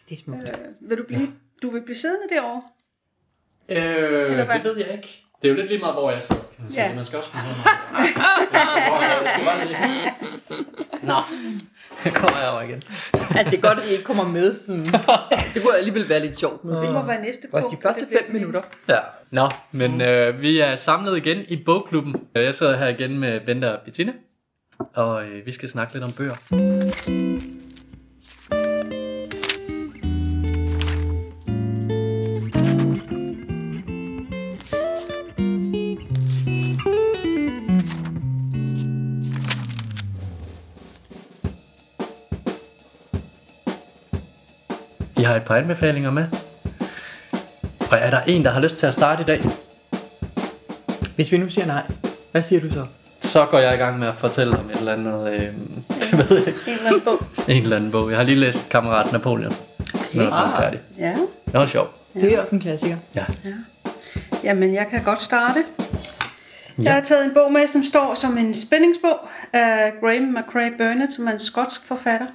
Det er smukt. Du vil blive siddende derovre? Det ved jeg ikke. Det er jo lidt lige meget, hvor jeg sidder. Kan man sige. Man skal også kunne høre mig. Nå, jeg kommer herover igen. Altså, det er godt, at I ikke kommer med. Sådan. Det kunne alligevel være lidt sjovt. Det må være næste punkt. De første 5 minutter. Ja. Nå, men vi er samlet igen i bogklubben. Jeg sidder her igen med Bente og Bettina. Og vi skal snakke lidt om bøger. Vi har et par anbefalinger med. Og er der en, der har lyst til at starte i dag? Hvis vi nu siger nej, hvad siger du så? Så går jeg i gang med at fortælle om et eller andet, det ved jeg ikke. En eller anden bog. En eller anden bog. Jeg har lige læst Kammerat Napoleon. Okay. Når jeg er færdig. Ja. Det var sjovt. Det er også en klassiker. Ja. Jamen, jeg kan godt starte. Jeg har taget en bog med, som står som en spændingsbog af Graham McCrae Burnett, som er en skotsk forfatter.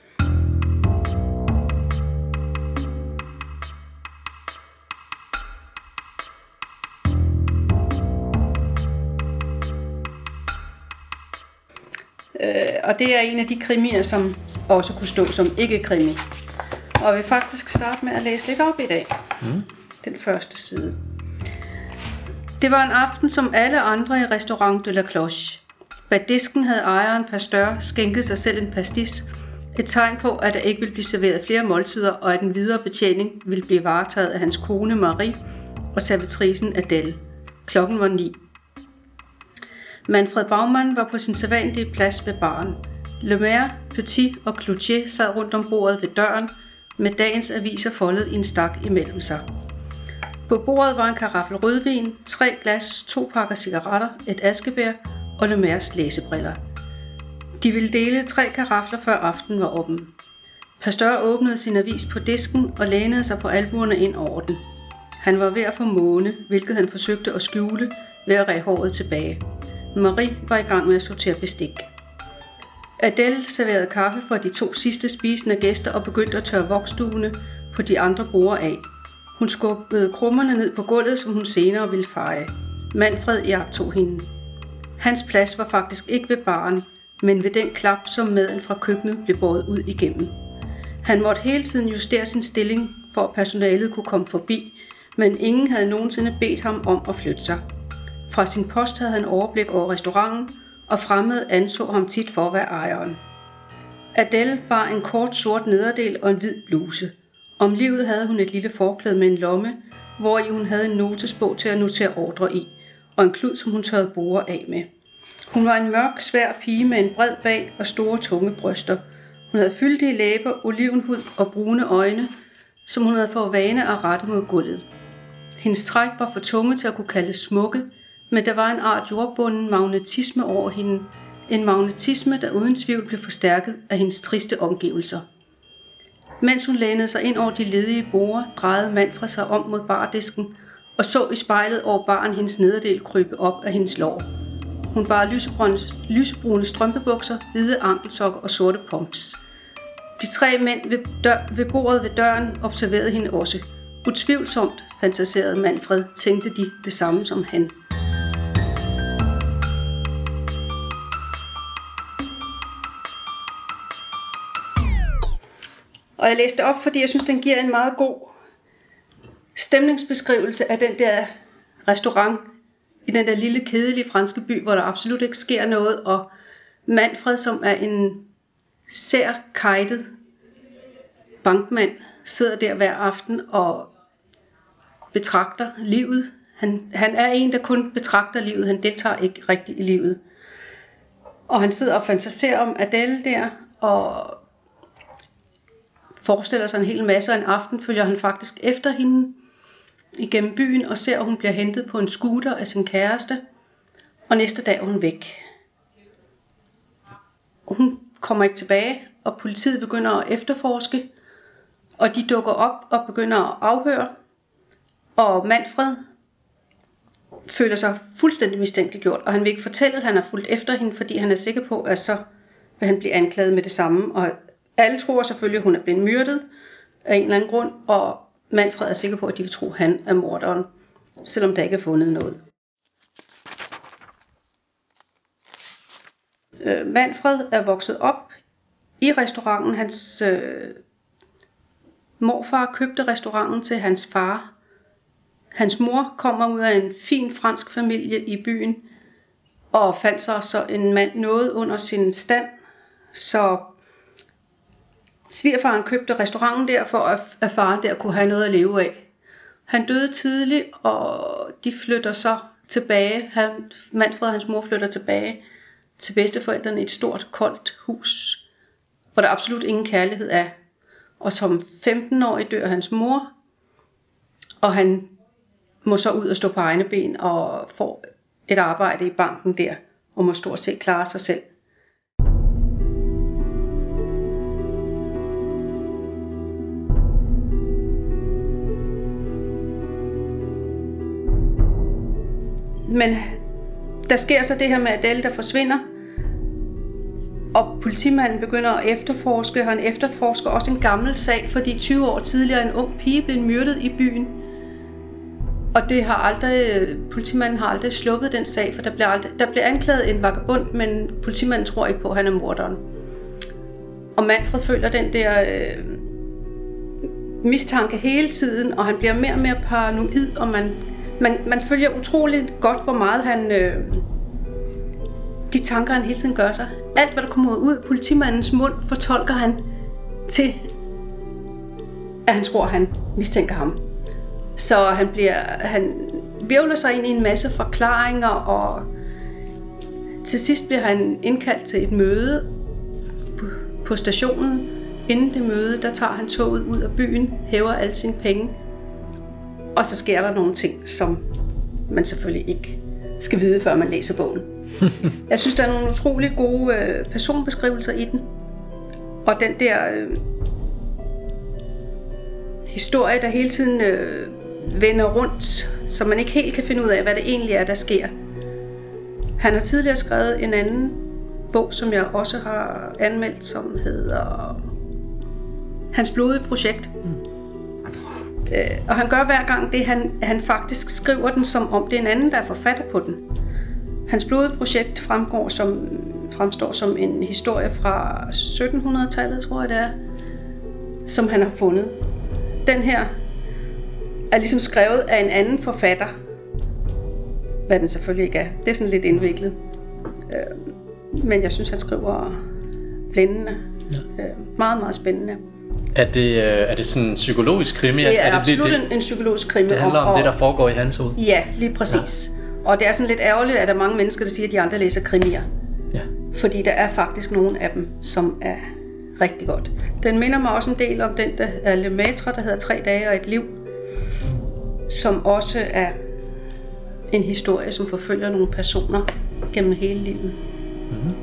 Og det er en af de krimier, som også kunne stå som ikke-krimi. Og jeg vil faktisk starte med at læse lidt op i dag. Den første side. Det var en aften som alle andre i Restaurant de la Cloche. Bag disken havde ejeren Pasteur skænket sig selv en pastis. Et tegn på, at der ikke ville blive serveret flere måltider, og at den videre betjening ville blive varetaget af hans kone Marie og servitricen Adèle. Klokken var 9. Manfred Baumann var på sin sædvanlige plads ved baren. Le Maire, Petit og Cloutier sad rundt om bordet ved døren, med dagens aviser foldet i en stak imellem sig. På bordet var en karaffel rødvin, 3 glas, 2 pakker cigaretter, et askebær og Le Maires læsebriller. De ville dele 3 karafler før aftenen var åben. Pasteur åbnede sin avis på disken og lænede sig på albuerne ind over den. Han var ved at få måne, hvilket han forsøgte at skjule ved at ræge håret tilbage. Marie var i gang med at sortere bestik. Adèle serverede kaffe for de 2 sidste spisende gæster og begyndte at tørre voksduene på de andre borde af. Hun skubbede krummerne ned på gulvet, som hun senere ville feje. Manfred iagttog hende. Hans plads var faktisk ikke ved baren, men ved den klap, som maden fra køkkenet blev båret ud igennem. Han måtte hele tiden justere sin stilling, for at personalet kunne komme forbi, men ingen havde nogensinde bedt ham om at flytte sig. Fra sin post havde han overblik over restauranten, og fremmede anså ham tit for at være ejeren. Adèle bar en kort sort nederdel og en hvid bluse. Om livet havde hun et lille forklæde med en lomme, hvori hun havde en notesbog til at notere ordre i, og en klud, som hun tørrede borde af med. Hun var en mørk, svær pige med en bred bag og store, tunge bryster. Hun havde fyldige læber, olivenhud og brune øjne, som hun havde fået vane at rette mod gulvet. Hendes træk var for tunge til at kunne kaldes smukke, men der var en art jordbunden magnetisme over hende. En magnetisme, der uden tvivl blev forstærket af hendes triste omgivelser. Mens hun lænede sig ind over de ledige borde, drejede Manfred sig om mod bardisken og så i spejlet over baren hendes nederdel krybe op af hendes lår. Hun bar lysebrune strømpebukser, hvide ankelsokker og sorte pumps. De 3 mænd ved bordet ved døren observerede hende også. Utvivlsomt, fantaserede Manfred, tænkte de det samme som han. Og jeg læste op, fordi jeg synes, den giver en meget god stemningsbeskrivelse af den der restaurant i den der lille, kedelige franske by, hvor der absolut ikke sker noget, og Manfred, som er en sær kajtet bankmand, sidder der hver aften og betragter livet. Han er en, der kun betragter livet, han deltager ikke rigtigt i livet. Og han sidder og fantaserer om Adèle der, og forestiller sig en hel masse, og en aften følger han faktisk efter hende igennem byen og ser, at hun bliver hentet på en scooter af sin kæreste, og næste dag er hun væk. Og hun kommer ikke tilbage, og politiet begynder at efterforske, og de dukker op og begynder at afhøre, og Manfred føler sig fuldstændig mistænkeliggjort, og han vil ikke fortælle, at han har fulgt efter hende, fordi han er sikker på, at så vil han blive anklaget med det samme, og alle tror selvfølgelig, at hun er blevet myrdet, af en eller anden grund, og Manfred er sikker på, at de vil tro, at han er morderen, selvom der ikke er fundet noget. Manfred er vokset op i restauranten. Hans morfar købte restauranten til hans far. Hans mor kommer ud af en fin fransk familie i byen, og fandt sig så en mand noget under sin stand, så svigerfaren købte restauranten der, for at faren der kunne have noget at leve af. Han døde tidligt, og de flytter så tilbage. Manfred og hans mor flytter tilbage til bedsteforældrene i et stort, koldt hus, hvor der absolut ingen kærlighed er. Og som 15-årig dør hans mor, og han må så ud og stå på egne ben og får et arbejde i banken der, og må stort set klare sig selv. Men der sker så det her med Adele, der forsvinder, og politimanden begynder at efterforske. Han efterforsker også en gammel sag, fordi 20 år tidligere en ung pige blev myrdet i byen. Og politimanden har aldrig sluppet den sag, for der bliver anklaget en vagabond, men politimanden tror ikke på, at han er morderen. Og Manfred føler den der mistanke hele tiden, og han bliver mere og mere paranoid, og man følger utroligt godt, hvor meget de tanker, han hele tiden gør sig. Alt, hvad der kommer ud af politimandens mund, fortolker han til, at han tror, han mistænker ham. Så han virvler sig ind i en masse forklaringer, og til sidst bliver han indkaldt til et møde på stationen. Inden det møde, der tager han toget ud af byen, hæver alle sine penge, og så sker der nogle ting, som man selvfølgelig ikke skal vide, før man læser bogen. Jeg synes, der er nogle utrolig gode personbeskrivelser i den, og den der historie, der hele tiden vender rundt, så man ikke helt kan finde ud af, hvad det egentlig er, der sker. Han har tidligere skrevet en anden bog, som jeg også har anmeldt, som hedder Hans blodige projekt. Og han gør hver gang det, han faktisk skriver den, som om det er en anden, der er forfatter på den. Hans blodige projekt fremstår som en historie fra 1700-tallet, tror jeg det er, som han har fundet. Den her er ligesom skrevet af en anden forfatter, hvad den selvfølgelig ikke er. Det er sådan lidt indviklet. Men jeg synes, han skriver blændende. Meget, meget spændende. Er det sådan en psykologisk krimi? Det er absolut en psykologisk krimi. Det handler om det, der foregår i hans hoved? Ja, lige præcis. Ja. Og det er sådan lidt ærgerligt, at der er mange mennesker, der siger, at de aldrig læser krimier. Ja. Fordi der er faktisk nogle af dem, som er rigtig godt. Den minder mig også en del om den, der er Lemaitre, der hedder 3 dage og et liv, som også er en historie, som forfølger nogle personer gennem hele livet. Mm-hmm.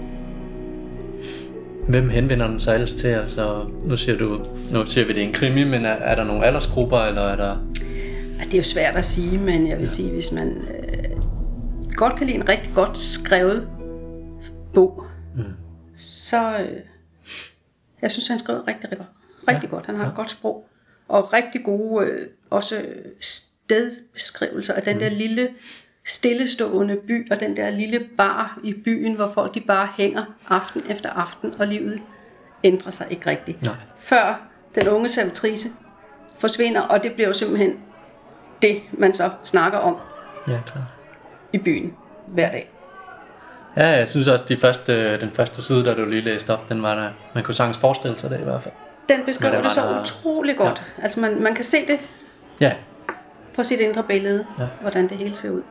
Hvem henvender den sig ellers til? Altså, nu siger vi, det er en krimi, men er der nogle aldersgrupper, eller er der... Det er jo svært at sige, men jeg vil sige, hvis man godt kan lide en rigtig godt skrevet bog, så jeg synes, han skriver rigtig godt. Han har et godt sprog, og rigtig gode også stedbeskrivelser af den der lille stillestående by, og den der lille bar i byen, hvor folk de bare hænger aften efter aften, og livet ændrer sig ikke rigtigt. Nej. Før den unge servitrice forsvinder, og det bliver jo simpelthen det, man så snakker om i byen hver dag. Ja, jeg synes også, den første side, der du lige læste op, den var der, man kunne sagtens forestille sig det i hvert fald. Den beskriver det så utrolig godt. Ja. Altså man kan se det på sit indre billede, hvordan det hele ser ud.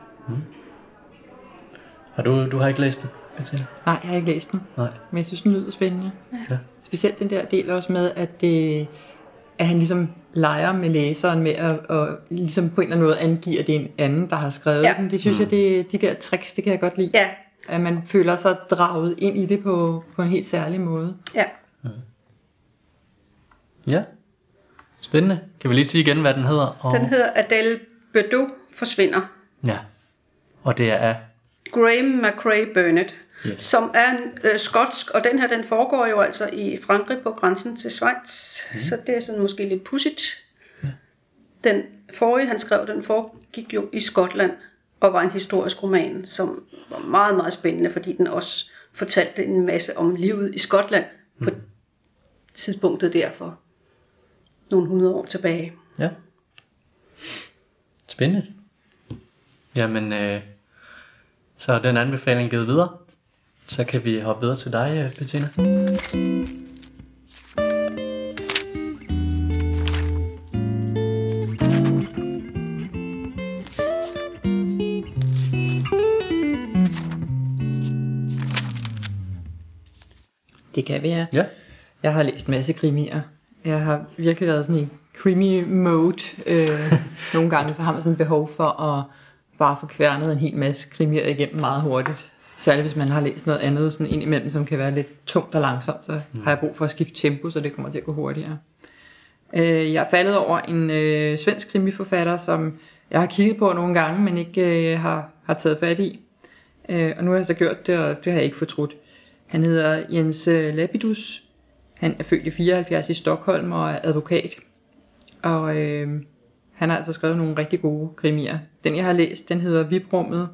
Du har ikke læst den, Bettina? Nej, jeg har ikke læst den. Nej. Men jeg synes, den lyder spændende. Ja. Specielt den der del også med, at han ligesom leger med læseren med at ligesom på en eller anden måde angiver, at det er en anden, der har skrevet den. Det synes jeg, de der tricks, det kan jeg godt lide. Ja. At man føler sig draget ind i det på en helt særlig måde. Ja. Ja. Spændende. Kan vi lige sige igen, hvad den hedder? Den hedder Adele Bordeaux forsvinder. Ja. Og det er Graham McRae Burnett. som er skotsk, og den her, den foregår jo altså i Frankrig på grænsen til Schweiz, så det er sådan måske lidt pudsigt. Ja. Den forrige, han skrev, den foregik jo i Skotland, og var en historisk roman, som var meget, meget spændende, fordi den også fortalte en masse om livet i Skotland på tidspunktet der for nogle 100 år tilbage. Ja. Spændende. Jamen, så er den anbefaling givet videre. Så kan vi hoppe videre til dig, Bettina. Det kan vi, ja. Ja. Jeg har læst en masse krimier. Jeg har virkelig været sådan i creamy mode. Nogle gange så har man sådan et behov for at bare få kværnet en hel masse krimier igennem meget hurtigt. Særligt hvis man har læst noget andet sådan ind imellem, som kan være lidt tungt og langsomt, så har jeg brug for at skifte tempo, så det kommer til at gå hurtigere. Jeg er faldet over en svensk krimiforfatter, som jeg har kigget på nogle gange, men ikke har taget fat i. Og nu har jeg så gjort det, og det har jeg ikke fortrudt. Han hedder Jens Lapidus. Han er født i 74 i Stockholm og er advokat. Og han har altså skrevet nogle rigtig gode krimier. Den jeg har læst, den hedder Vibrummet.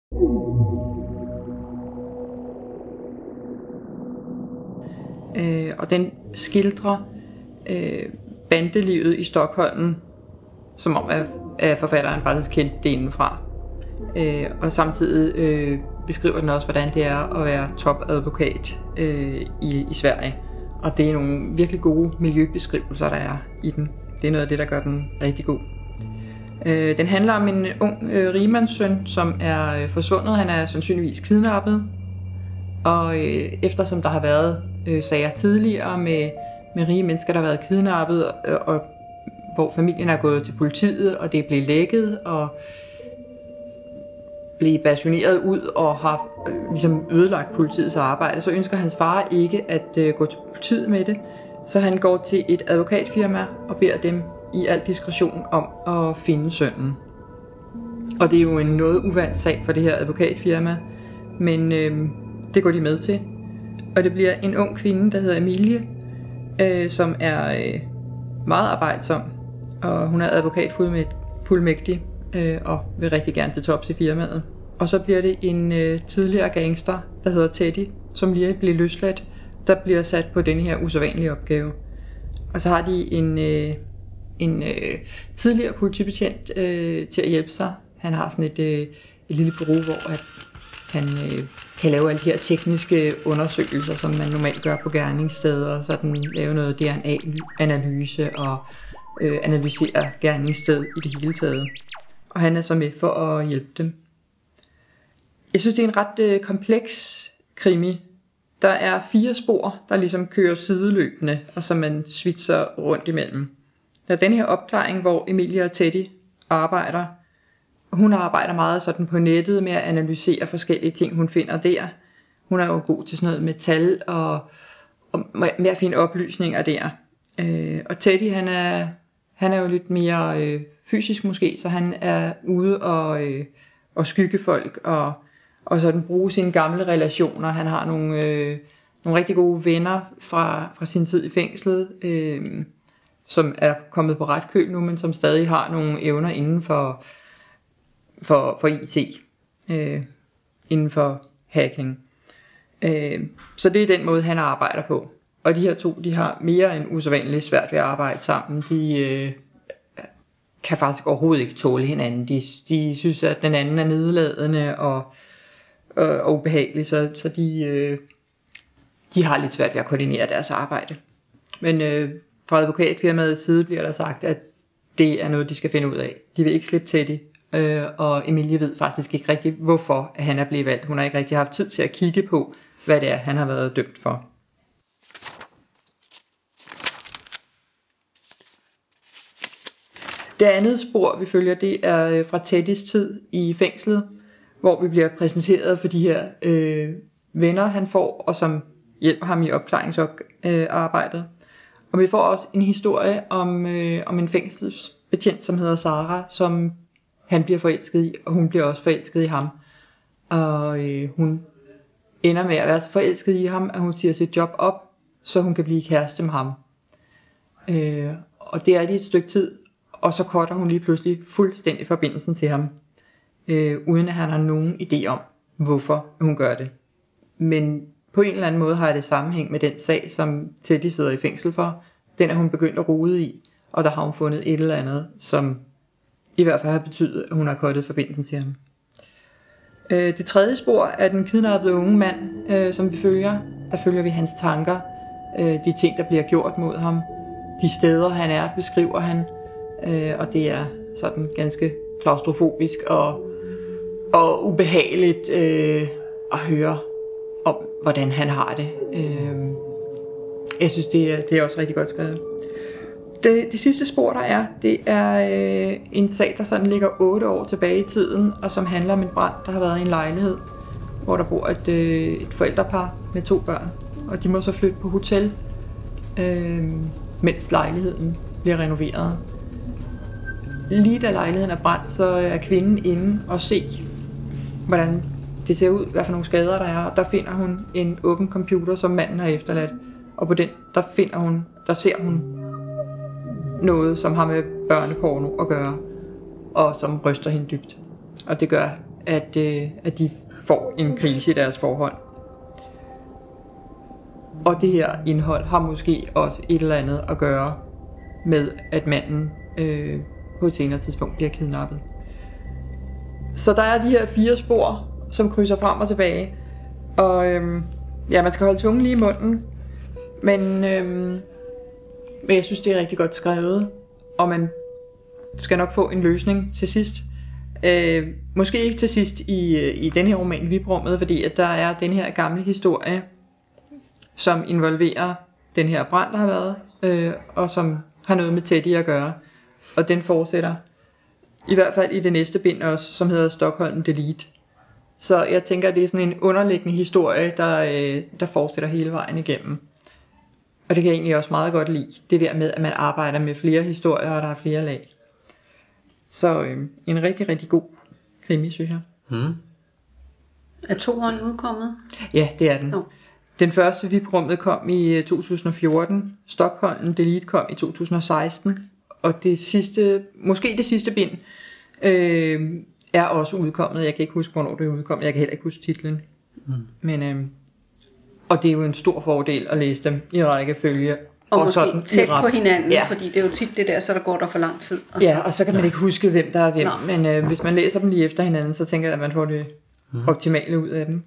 Og den skildrer bandelivet i Stockholm, som om at forfatteren faktisk kendte det indenfra. Og samtidig beskriver den også, hvordan det er at være topadvokat i Sverige. Og det er nogle virkelig gode miljøbeskrivelser, der er i den. Det er noget af det, der gør den rigtig god. Den handler om en ung rigmandssøn, som er forsvundet. Han er sandsynligvis kidnappet. Og eftersom der har været sager tidligere med rige mennesker, der har været kidnappet, og hvor familien er gået til politiet, og det er blevet lækket, og blive basuneret ud og har ligesom ødelagt politiets arbejde, så ønsker hans far ikke at gå til politiet med det. Så han går til et advokatfirma og beder dem i al diskretion om at finde sønnen. Og det er jo en noget uvant sag for det her advokatfirma, men det går de med til. Og det bliver en ung kvinde, der hedder Emilie, som er meget arbejdsom, og hun er advokatfuldmægtig og vil rigtig gerne til tops i firmaet. Og så bliver det en tidligere gangster, der hedder Teddy, som lige bliver løsladt, der bliver sat på den her usædvanlige opgave. Og så har de en tidligere politibetjent til at hjælpe sig. Han har sådan et lille bureau, hvor han kan lave alle de her tekniske undersøgelser, som man normalt gør på gerningssteder, så den laver noget DNA-analyse og analysere gerningssted i det hele taget. Og han er så med for at hjælpe dem. Jeg synes, det er en ret kompleks krimi. Der er 4 spor, der ligesom kører sideløbende, og som man switcher rundt imellem. Der er den her opklaring, hvor Emilie og Teddy arbejder. Hun arbejder meget sådan på nettet med at analysere forskellige ting, hun finder der. Hun er jo god til sådan noget metal og med at finde oplysninger der. Og Teddy, han er jo lidt mere fysisk måske, så han er ude og skygge folk og sådan bruge sine gamle relationer. Han har nogle rigtig gode venner fra sin tid i fængslet, som er kommet på ret køl nu, men som stadig har nogle evner inden for IT, inden for hacking. Så det er den måde, han arbejder på. Og de her 2, de har mere end usædvanligt svært ved at arbejde sammen. De kan faktisk overhovedet ikke tåle hinanden. De synes, at den anden er nedladende og ubehagelig, så de har lidt svært ved at koordinere deres arbejde. Men fra advokatfirmaets side bliver der sagt, at det er noget, de skal finde ud af. De vil ikke slippe Teddy, og Emilie ved faktisk ikke rigtig, hvorfor han er blevet valgt. Hun har ikke rigtig haft tid til at kigge på, hvad det er, han har været dømt for. Det andet spor, vi følger, det er fra Teddys tid i fængslet, hvor vi bliver præsenteret for de her venner, han får, og som hjælper ham i opklaringsarbejdet. Og vi får også en historie om en fængselsbetjent, som hedder Sara, som han bliver forelsket i, og hun bliver også forelsket i ham. Og hun ender med at være så forelsket i ham, at hun siger sit job op, så hun kan blive kæreste med ham. Og det er det et stykke tid, og så cutter hun lige pludselig fuldstændig forbindelsen til ham, uden at han har nogen idé om, hvorfor hun gør det. Men på en eller anden måde har det sammenhæng med den sag, som Teddy sidder i fængsel for. Den er hun begyndt at rode i, og der har hun fundet et eller andet, som i hvert fald har betydet, at hun har cuttet forbindelsen til ham. Det tredje spor er den kidnappede unge mand, som vi følger. Der følger vi hans tanker, de ting, der bliver gjort mod ham, de steder, han er, beskriver han, og det er sådan ganske klaustrofobisk og ubehageligt at høre om, hvordan han har det. Jeg synes, det er også rigtig godt skrevet. Det sidste spor, der er, det er en sag, der sådan ligger 8 år tilbage i tiden, og som handler om en brand, der har været i en lejlighed, hvor der bor et forældrepar med 2 børn, og de må så flytte på hotel, mens lejligheden bliver renoveret. Lige da lejligheden er brændt, så er kvinden inde og se, hvordan det ser ud, hvad for nogle skader der er, og der finder hun en åben computer, som manden har efterladt, og på den, der ser hun noget, som har med børneporno at gøre, og som ryster hende dybt. Og det gør, at de får en krise i deres forhold. Og det her indhold har måske også et eller andet at gøre med, at manden på et senere tidspunkt bliver kidnappet. Så der er de her 4 spor, som krydser frem og tilbage. Og man skal holde tungen lige i munden, men jeg synes, det er rigtig godt skrevet, og man skal nok få en løsning til sidst. Måske ikke til sidst i den her roman Vibrummet, fordi at der er den her gamle historie, som involverer den her brand, der har været, og som har noget med Teddy at gøre. Og den fortsætter, i hvert fald i det næste bind også, som hedder Stockholm Delete. Så jeg tænker, at det er sådan en underliggende historie, der fortsætter hele vejen igennem. Og det kan jeg egentlig også meget godt lide, det der med, at man arbejder med flere historier, og der er flere lag. Så en rigtig, rigtig god krimi, synes jeg. Er 2'eren udkommet? Ja, det er den. Den første Vibrummet kom i 2014, Stockholm Delete kom i 2016, og det sidste, måske det sidste bind, er også udkommet. Jeg kan ikke huske, hvornår det er udkommet. Jeg kan heller ikke huske titlen. Men og det er jo en stor fordel at læse dem i rækkefølge. Og måske sådan, tæt på hinanden, fordi det er jo tit det der, så der går der for lang tid. Og så kan man ikke huske, hvem der er hvem. Men hvis man læser dem lige efter hinanden, så tænker jeg, at man får det optimale ud af dem.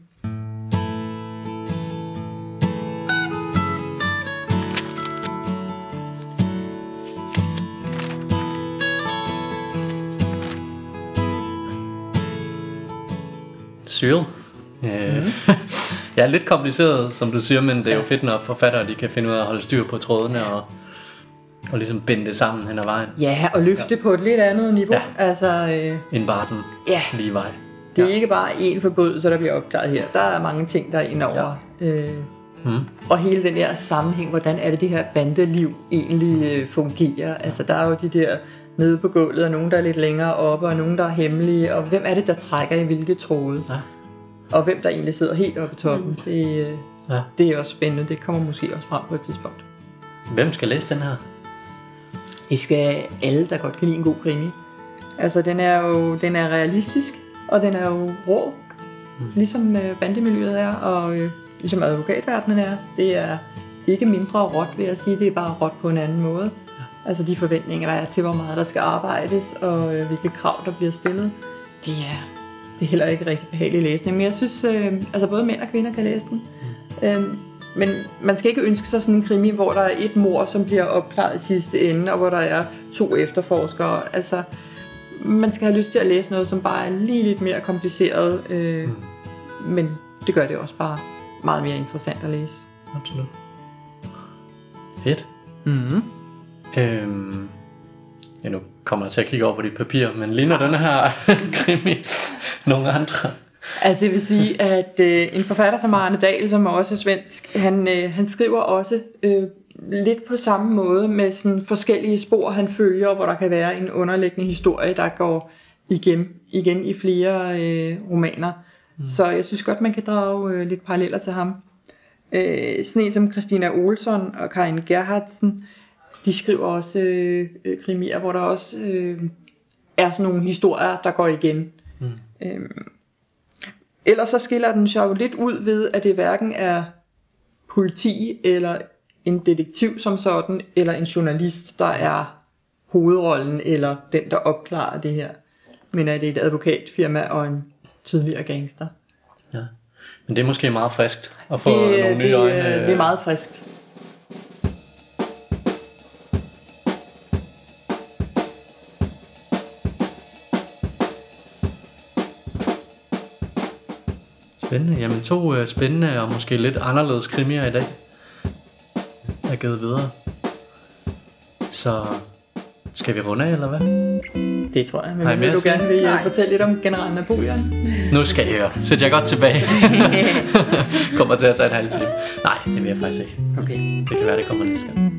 Syret. Jeg er lidt kompliceret, som du siger, men det er jo fedt, når forfattere de kan finde ud af at holde styr på trådene og ligesom binde det sammen hen ad vejen. Ja, og løfte på et lidt andet niveau. Ja. Altså, end bare den lige vej. Det er ikke bare én forbrydelse, der bliver opklaret her. Der er mange ting, der er indover. Og hele den der sammenhæng, hvordan er det her bandeliv egentlig fungerer. Altså, der er jo de der nede på gulvet, og nogen, der er lidt længere oppe, og nogen, der er hemmelige. Og hvem er det, der trækker i hvilke tråde? Ja. Og hvem der egentlig sidder helt oppe i toppen. Det er også spændende. Det kommer måske også frem på et tidspunkt. Hvem skal læse den her? Det skal alle, der godt kan lide en god krimi. Altså, den er realistisk, og den er jo rå. Ligesom bandemiljøet er, og ligesom advokatverdenen er. Det er ikke mindre råt, vil jeg sige. Det er bare råt på en anden måde. Altså de forventninger, der er til, hvor meget der skal arbejdes, og hvilke krav, der bliver stillet. Det er heller ikke rigtig behagelig læsning. Men jeg synes, altså både mænd og kvinder kan læse den. Men man skal ikke ønske sig sådan en krimi, hvor der er et mord, som bliver opklaret i sidste ende, og hvor der er 2 efterforskere. Altså, man skal have lyst til at læse noget, som bare er lige lidt mere kompliceret. Men det gør det også bare meget mere interessant at læse. Absolut. Fedt. Nu kommer jeg til at kigge over på dit papir, men ligner den her krimi nogle andre? Altså jeg vil sige, at en forfatter som Arne Dahl, som også er svensk, han skriver også lidt på samme måde med sådan forskellige spor, han følger, hvor der kan være en underliggende historie, der går igen i flere romaner. Så jeg synes godt, man kan drage lidt paralleller til ham. Sådan en som Christina Olsson og Karin Gerhardsen, de skriver også krimier, hvor der også er sådan nogle historier, der går igen. Ellers så skiller den sig jo lidt ud ved, at det hverken er politi eller en detektiv som sådan, eller en journalist, der er hovedrollen, eller den, der opklarer det her. Men at det er et advokatfirma og en tidligere gangster. Ja. Men det er måske meget friskt at få nogle nye øjne. Det er meget friskt. Spændende. Jamen 2 spændende og måske lidt anderledes krimier i dag er givet videre. Så skal vi runde af, eller hvad? Det tror jeg. Men vil du gerne vil fortælle lidt om general Napoleon? Nu skal jeg høre. Sæt jeg godt tilbage. Kommer til at tage en halv time. Nej, det vil jeg faktisk ikke. Okay. Det kan være, det kommer næste gang.